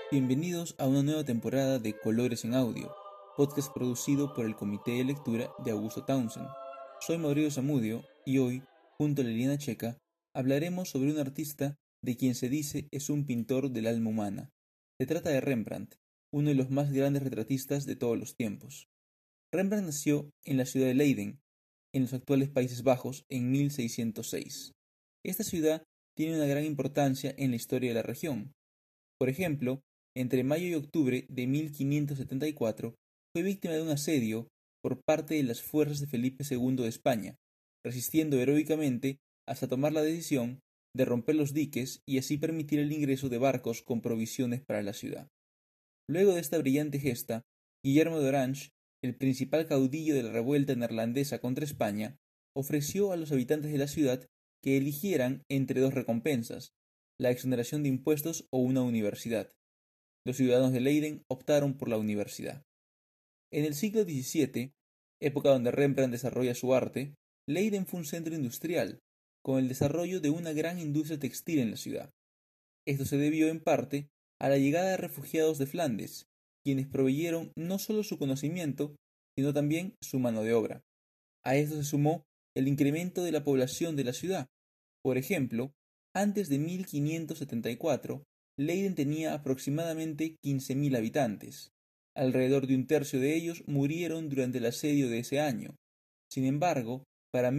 Bienvenidos a una nueva temporada de Colores en Audio, podcast producido por el Comité de Lectura de Augusto Townsend. Soy Mauricio Zamudio y hoy, junto a Liliana Checa, hablaremos sobre un artista de quien se dice es un pintor del alma humana. Se trata de Rembrandt, uno de los más grandes retratistas de todos los tiempos. Rembrandt nació en la ciudad de Leiden, en los actuales Países Bajos, en 1606. Esta ciudad tiene una gran importancia en la historia de la región. Por ejemplo, entre mayo y octubre de 1574 fue víctima de un asedio por parte de las fuerzas de Felipe II de España, resistiendo heroicamente hasta tomar la decisión de romper los diques y así permitir el ingreso de barcos con provisiones para la ciudad. Luego de esta brillante gesta, Guillermo de Orange, el principal caudillo de la revuelta neerlandesa contra España, ofreció a los habitantes de la ciudad que eligieran entre dos recompensas, la exoneración de impuestos o una universidad. Los ciudadanos de Leiden optaron por la universidad. En el siglo XVII, época donde Rembrandt desarrolla su arte, Leiden fue un centro industrial, con el desarrollo de una gran industria textil en la ciudad. Esto se debió en parte a la llegada de refugiados de Flandes, quienes proveyeron no solo su conocimiento, sino también su mano de obra. A esto se sumó el incremento de la población de la ciudad. Por ejemplo, antes de 1574, Leiden tenía aproximadamente 15.000 habitantes. Alrededor de un tercio de ellos murieron durante el asedio de ese año. Sin embargo, para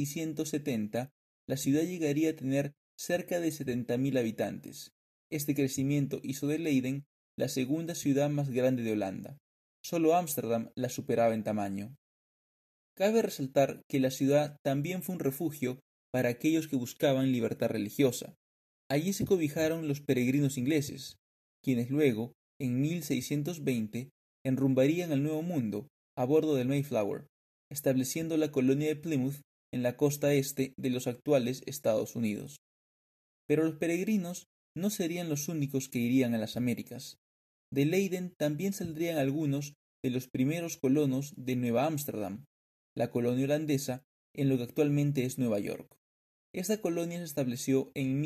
1670, la ciudad llegaría a tener cerca de 70.000 habitantes. Este crecimiento hizo de Leiden la segunda ciudad más grande de Holanda. Solo Ámsterdam la superaba en tamaño. Cabe resaltar que la ciudad también fue un refugio para aquellos que buscaban libertad religiosa. Allí se cobijaron los peregrinos ingleses, quienes luego, en 1620, enrumbarían al Nuevo Mundo a bordo del Mayflower, estableciendo la colonia de Plymouth en la costa este de los actuales Estados Unidos. Pero los peregrinos no serían los únicos que irían a las Américas. De Leiden también saldrían algunos de los primeros colonos de Nueva Ámsterdam, la colonia holandesa en lo que actualmente es Nueva York. Esta colonia se estableció en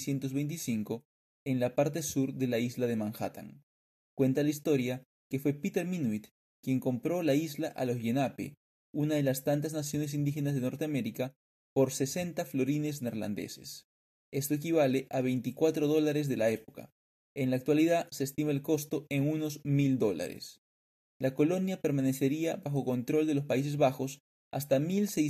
1625 en la parte sur de la isla de Manhattan. Cuenta la historia que fue Peter Minuit quien compró la isla a los Lenape, una de las tantas naciones indígenas de Norteamérica, por 60 florines neerlandeses. Esto equivale a $24 de la época. En la actualidad se estima el costo en unos $1.000. La colonia permanecería bajo control de los Países Bajos hasta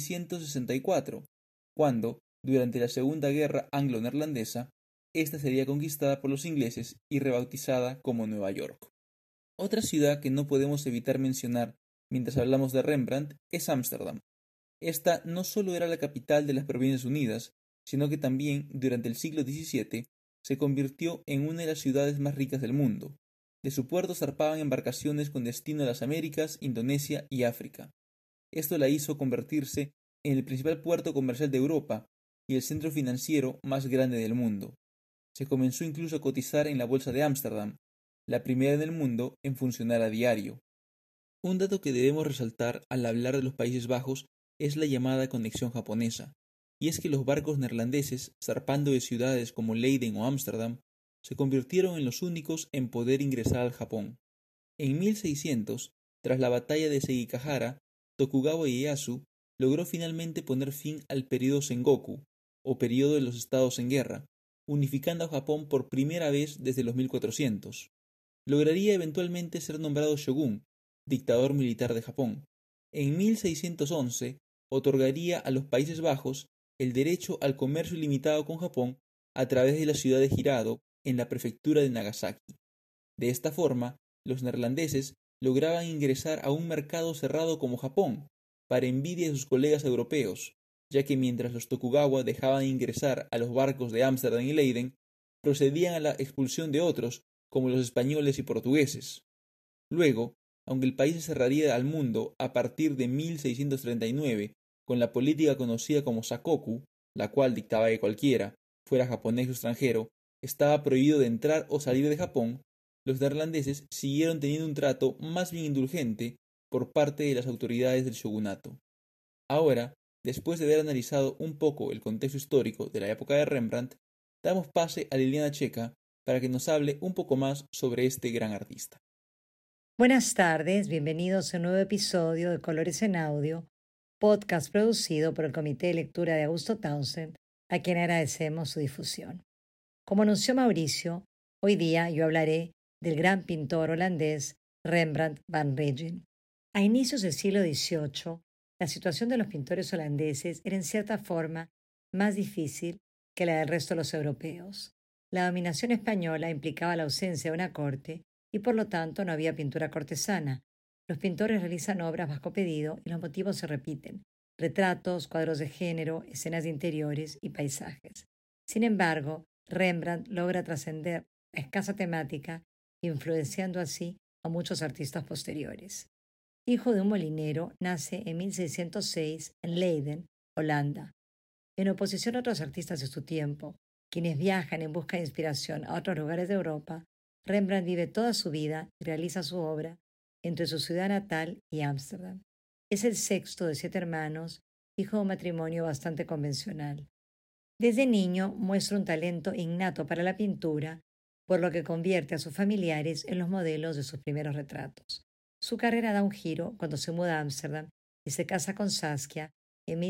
1664, cuando, durante la Segunda Guerra Anglo-Neerlandesa, esta sería conquistada por los ingleses y rebautizada como Nueva York. Otra ciudad que no podemos evitar mencionar mientras hablamos de Rembrandt es Ámsterdam. Esta no solo era la capital de las Provincias Unidas, sino que también, durante el siglo XVII, se convirtió en una de las ciudades más ricas del mundo. De su puerto zarpaban embarcaciones con destino a las Américas, Indonesia y África. Esto la hizo convertirse en el principal puerto comercial de Europa y el centro financiero más grande del mundo. Se comenzó incluso a cotizar en la bolsa de Ámsterdam, la primera en el mundo en funcionar a diario. Un dato que debemos resaltar al hablar de los Países Bajos es la llamada conexión japonesa, y es que los barcos neerlandeses, zarpando de ciudades como Leiden o Ámsterdam, se convirtieron en los únicos en poder ingresar al Japón. En 1600, tras la batalla de Sekigahara, Tokugawa Ieyasu logró finalmente poner fin al período Sengoku, o período de los estados en guerra, unificando a Japón por primera vez desde los 1400. Lograría eventualmente ser nombrado shogun, dictador militar de Japón. En 1611 otorgaría a los Países Bajos el derecho al comercio ilimitado con Japón a través de la ciudad de Hirado, en la prefectura de Nagasaki. De esta forma, los neerlandeses lograban ingresar a un mercado cerrado como Japón, para envidia de sus colegas europeos, ya que mientras los Tokugawa dejaban ingresar a los barcos de Ámsterdam y Leiden, procedían a la expulsión de otros, como los españoles y portugueses. Luego, aunque el país se cerraría al mundo a partir de 1639 con la política conocida como Sakoku, la cual dictaba que cualquiera, fuera japonés o extranjero, estaba prohibido de entrar o salir de Japón, los neerlandeses siguieron teniendo un trato más bien indulgente por parte de las autoridades del shogunato. Ahora, después de haber analizado un poco el contexto histórico de la época de Rembrandt, damos pase a Liliana Checa para que nos hable un poco más sobre este gran artista. Buenas tardes, bienvenidos a un nuevo episodio de Colores en Audio, podcast producido por el Comité de Lectura de Augusto Townsend, a quien agradecemos su difusión. Como anunció Mauricio, hoy día yo hablaré del gran pintor holandés Rembrandt van Rijn. A inicios del siglo XVIII, la situación de los pintores holandeses era en cierta forma más difícil que la del resto de los europeos. La dominación española implicaba la ausencia de una corte y por lo tanto no había pintura cortesana. Los pintores realizan obras bajo pedido y los motivos se repiten: retratos, cuadros de género, escenas de interiores y paisajes. Sin embargo, Rembrandt logra trascender la escasa temática, influenciando así a muchos artistas posteriores. Hijo de un molinero, nace en 1606 en Leiden, Holanda. En oposición a otros artistas de su tiempo, quienes viajan en busca de inspiración a otros lugares de Europa, Rembrandt vive toda su vida y realiza su obra entre su ciudad natal y Ámsterdam. Es el sexto de 7 hermanos, hijo de un matrimonio bastante convencional. Desde niño muestra un talento innato para la pintura, por lo que convierte a sus familiares en los modelos de sus primeros retratos. Su carrera da un giro cuando se muda a Ámsterdam y se casa con Saskia en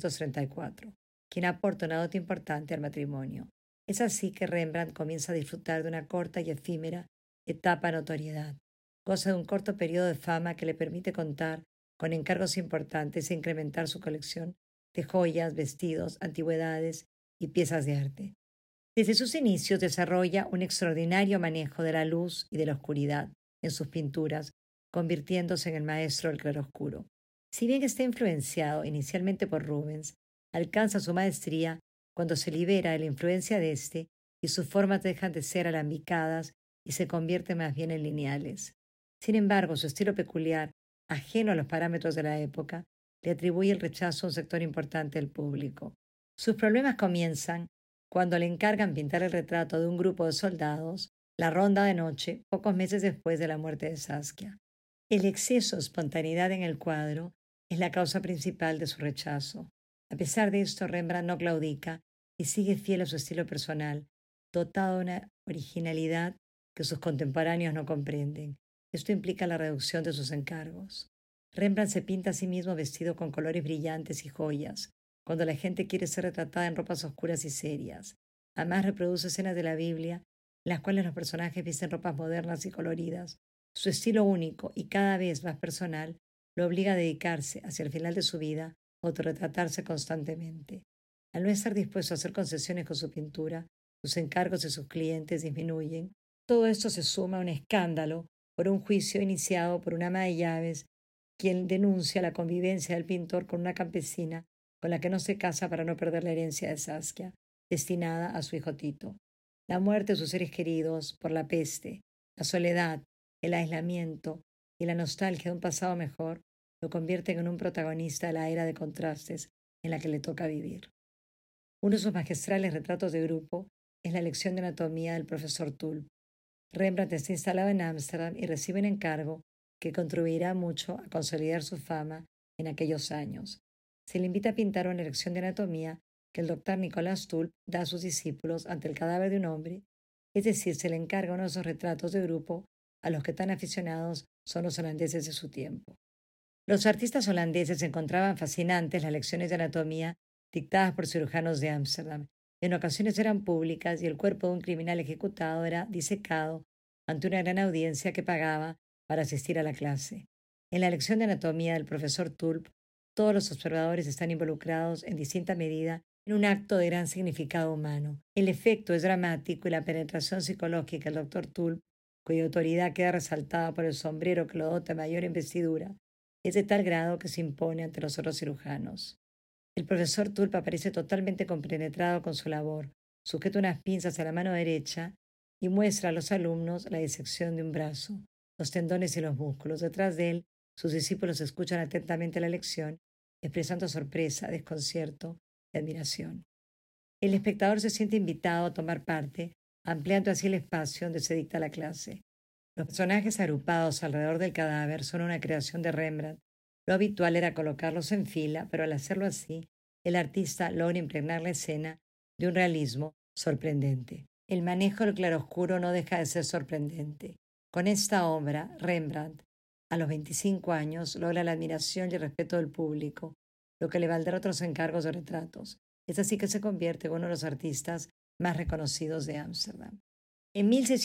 1634, quien aporta una dote importante al matrimonio. Es así que Rembrandt comienza a disfrutar de una corta y efímera etapa de notoriedad. Goza de un corto periodo de fama que le permite contar con encargos importantes e incrementar su colección de joyas, vestidos, antigüedades y piezas de arte. Desde sus inicios desarrolla un extraordinario manejo de la luz y de la oscuridad en sus pinturas, convirtiéndose en el maestro del claroscuro. Si bien está influenciado inicialmente por Rubens, alcanza su maestría cuando se libera de la influencia de éste y sus formas dejan de ser alambicadas y se convierten más bien en lineales. Sin embargo, su estilo peculiar, ajeno a los parámetros de la época, le atribuye el rechazo a un sector importante del público. Sus problemas comienzan cuando le encargan pintar el retrato de un grupo de soldados, la ronda de noche, pocos meses después de la muerte de Saskia. El exceso de espontaneidad en el cuadro es la causa principal de su rechazo. A pesar de esto, Rembrandt no claudica y sigue fiel a su estilo personal, dotado de una originalidad que sus contemporáneos no comprenden. Esto implica la reducción de sus encargos. Rembrandt se pinta a sí mismo vestido con colores brillantes y joyas, cuando la gente quiere ser retratada en ropas oscuras y serias. Además, reproduce escenas de la Biblia, en las cuales los personajes visten ropas modernas y coloridas. Su estilo único y cada vez más personal lo obliga a dedicarse, hacia el final de su vida, a autorretratarse constantemente. Al no estar dispuesto a hacer concesiones con su pintura, sus encargos de sus clientes disminuyen. Todo esto se suma a un escándalo por un juicio iniciado por una ama de llaves, quien denuncia la convivencia del pintor con una campesina con la que no se casa para no perder la herencia de Saskia, destinada a su hijo Tito. La muerte de sus seres queridos por la peste, la soledad, el aislamiento y la nostalgia de un pasado mejor lo convierten en un protagonista de la era de contrastes en la que le toca vivir. Uno de sus magistrales retratos de grupo es la lección de anatomía del profesor Tulp. Rembrandt está instalado en Ámsterdam y recibe un encargo que contribuirá mucho a consolidar su fama en aquellos años. Se le invita a pintar una lección de anatomía que el doctor Nicolas Tulp da a sus discípulos ante el cadáver de un hombre, es decir, se le encarga uno de esos retratos de grupo a los que tan aficionados son los holandeses de su tiempo. Los artistas holandeses encontraban fascinantes las lecciones de anatomía dictadas por cirujanos de Ámsterdam. En ocasiones eran públicas y el cuerpo de un criminal ejecutado era disecado ante una gran audiencia que pagaba para asistir a la clase. En la lección de anatomía del profesor Tulp, todos los observadores están involucrados en distinta medida en un acto de gran significado humano. El efecto es dramático y la penetración psicológica del doctor Tulp, cuya autoridad queda resaltada por el sombrero que lo dota de mayor investidura, es de tal grado que se impone ante los otros cirujanos. El profesor Tulp aparece totalmente compenetrado con su labor, sujeta unas pinzas a la mano derecha y muestra a los alumnos la disección de un brazo, los tendones y los músculos. Detrás de él, sus discípulos escuchan atentamente la lección, expresando sorpresa, desconcierto y admiración. El espectador se siente invitado a tomar parte, ampliando así el espacio donde se dicta la clase. Los personajes agrupados alrededor del cadáver son una creación de Rembrandt. Lo habitual era colocarlos en fila, pero al hacerlo así, el artista logra impregnar la escena de un realismo sorprendente. el manejo del claroscuro no deja de ser sorprendente. Con esta obra, Rembrandt, a los 25 años, logra la admiración y el respeto del público, lo que le valdrá otros encargos de retratos. Es así que se convierte en uno de los artistas más reconocidos de Ámsterdam. En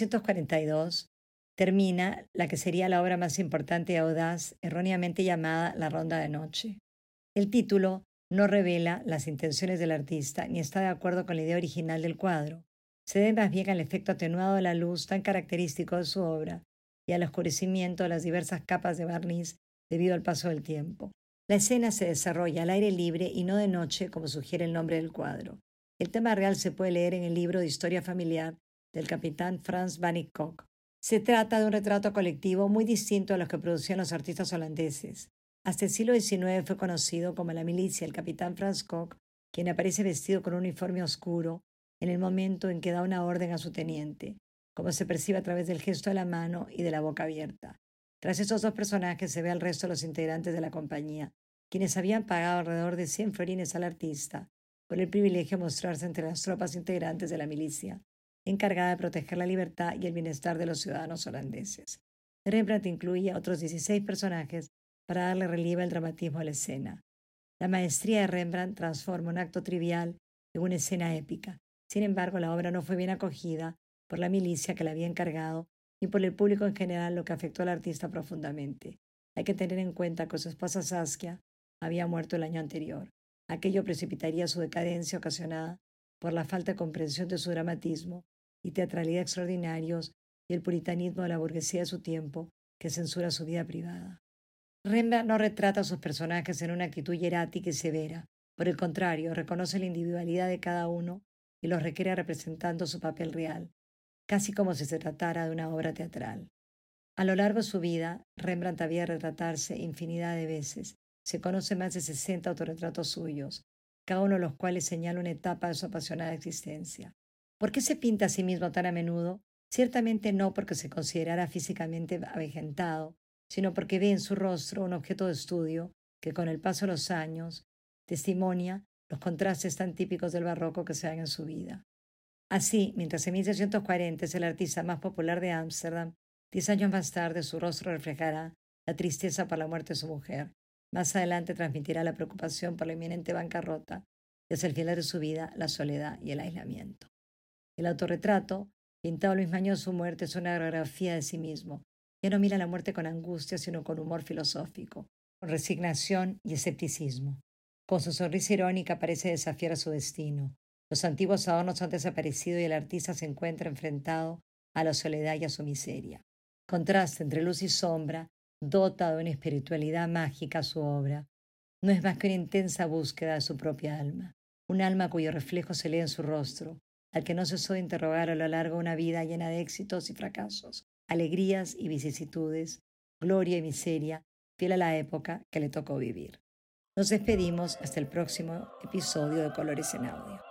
1642 termina la que sería la obra más importante y audaz, erróneamente llamada La Ronda de Noche. El título no revela las intenciones del artista ni está de acuerdo con la idea original del cuadro. Se debe más bien al efecto atenuado de la luz tan característico de su obra y al oscurecimiento de las diversas capas de barniz debido al paso del tiempo. La escena se desarrolla al aire libre y no de noche, como sugiere el nombre del cuadro. El tema real se puede leer en el libro de historia familiar del capitán Frans van Eyck. Se trata de un retrato colectivo muy distinto a los que producían los artistas holandeses. Hasta el siglo XIX fue conocido como la milicia, el capitán Frans Kok, quien aparece vestido con un uniforme oscuro en el momento en que da una orden a su teniente, como se percibe a través del gesto de la mano y de la boca abierta. Tras estos dos personajes se ve al resto de los integrantes de la compañía, quienes habían pagado alrededor de 100 florines al artista por el privilegio de mostrarse entre las tropas integrantes de la milicia, encargada de proteger la libertad y el bienestar de los ciudadanos holandeses. Rembrandt incluye a otros 16 personajes para darle relieve al dramatismo a la escena. La maestría de Rembrandt transforma un acto trivial en una escena épica. Sin embargo, la obra no fue bien acogida por la milicia que la había encargado ni por el público en general, lo que afectó al artista profundamente. Hay que tener en cuenta que su esposa Saskia había muerto el año anterior. Aquello precipitaría su decadencia ocasionada por la falta de comprensión de su dramatismo y teatralidad extraordinarios y el puritanismo de la burguesía de su tiempo que censura su vida privada. Rembrandt no retrata a sus personajes en una actitud hierática y severa. Por el contrario, reconoce la individualidad de cada uno y los requiere representando su papel real, casi como si se tratara de una obra teatral. A lo largo de su vida, Rembrandt había de retratarse infinidad de veces. Se conoce más de 60 autorretratos suyos, cada uno de los cuales señala una etapa de su apasionada existencia. ¿Por qué se pinta a sí mismo tan a menudo? Ciertamente no porque se considerara físicamente avejentado, sino porque ve en su rostro un objeto de estudio que con el paso de los años testimonia los contrastes tan típicos del barroco que se dan en su vida. Así, mientras en 1640 es el artista más popular de Ámsterdam, 10 años más tarde su rostro reflejará la tristeza por la muerte de su mujer. Más adelante transmitirá la preocupación por la inminente bancarrota y hacia el final de su vida la soledad y el aislamiento. El autorretrato, pintado el mismo año de su muerte, es una biografía de sí mismo. Ya no mira la muerte con angustia, sino con humor filosófico, con resignación y escepticismo. Con su sonrisa irónica parece desafiar a su destino. Los antiguos adornos han desaparecido y el artista se encuentra enfrentado a la soledad y a su miseria. Contraste entre luz y sombra dota de una espiritualidad mágica a su obra. No es más que una intensa búsqueda de su propia alma, un alma cuyo reflejo se lee en su rostro, al que no cesó de interrogar a lo largo de una vida llena de éxitos y fracasos, alegrías y vicisitudes, gloria y miseria, fiel a la época que le tocó vivir. Nos despedimos hasta el próximo episodio de Colores en Audio.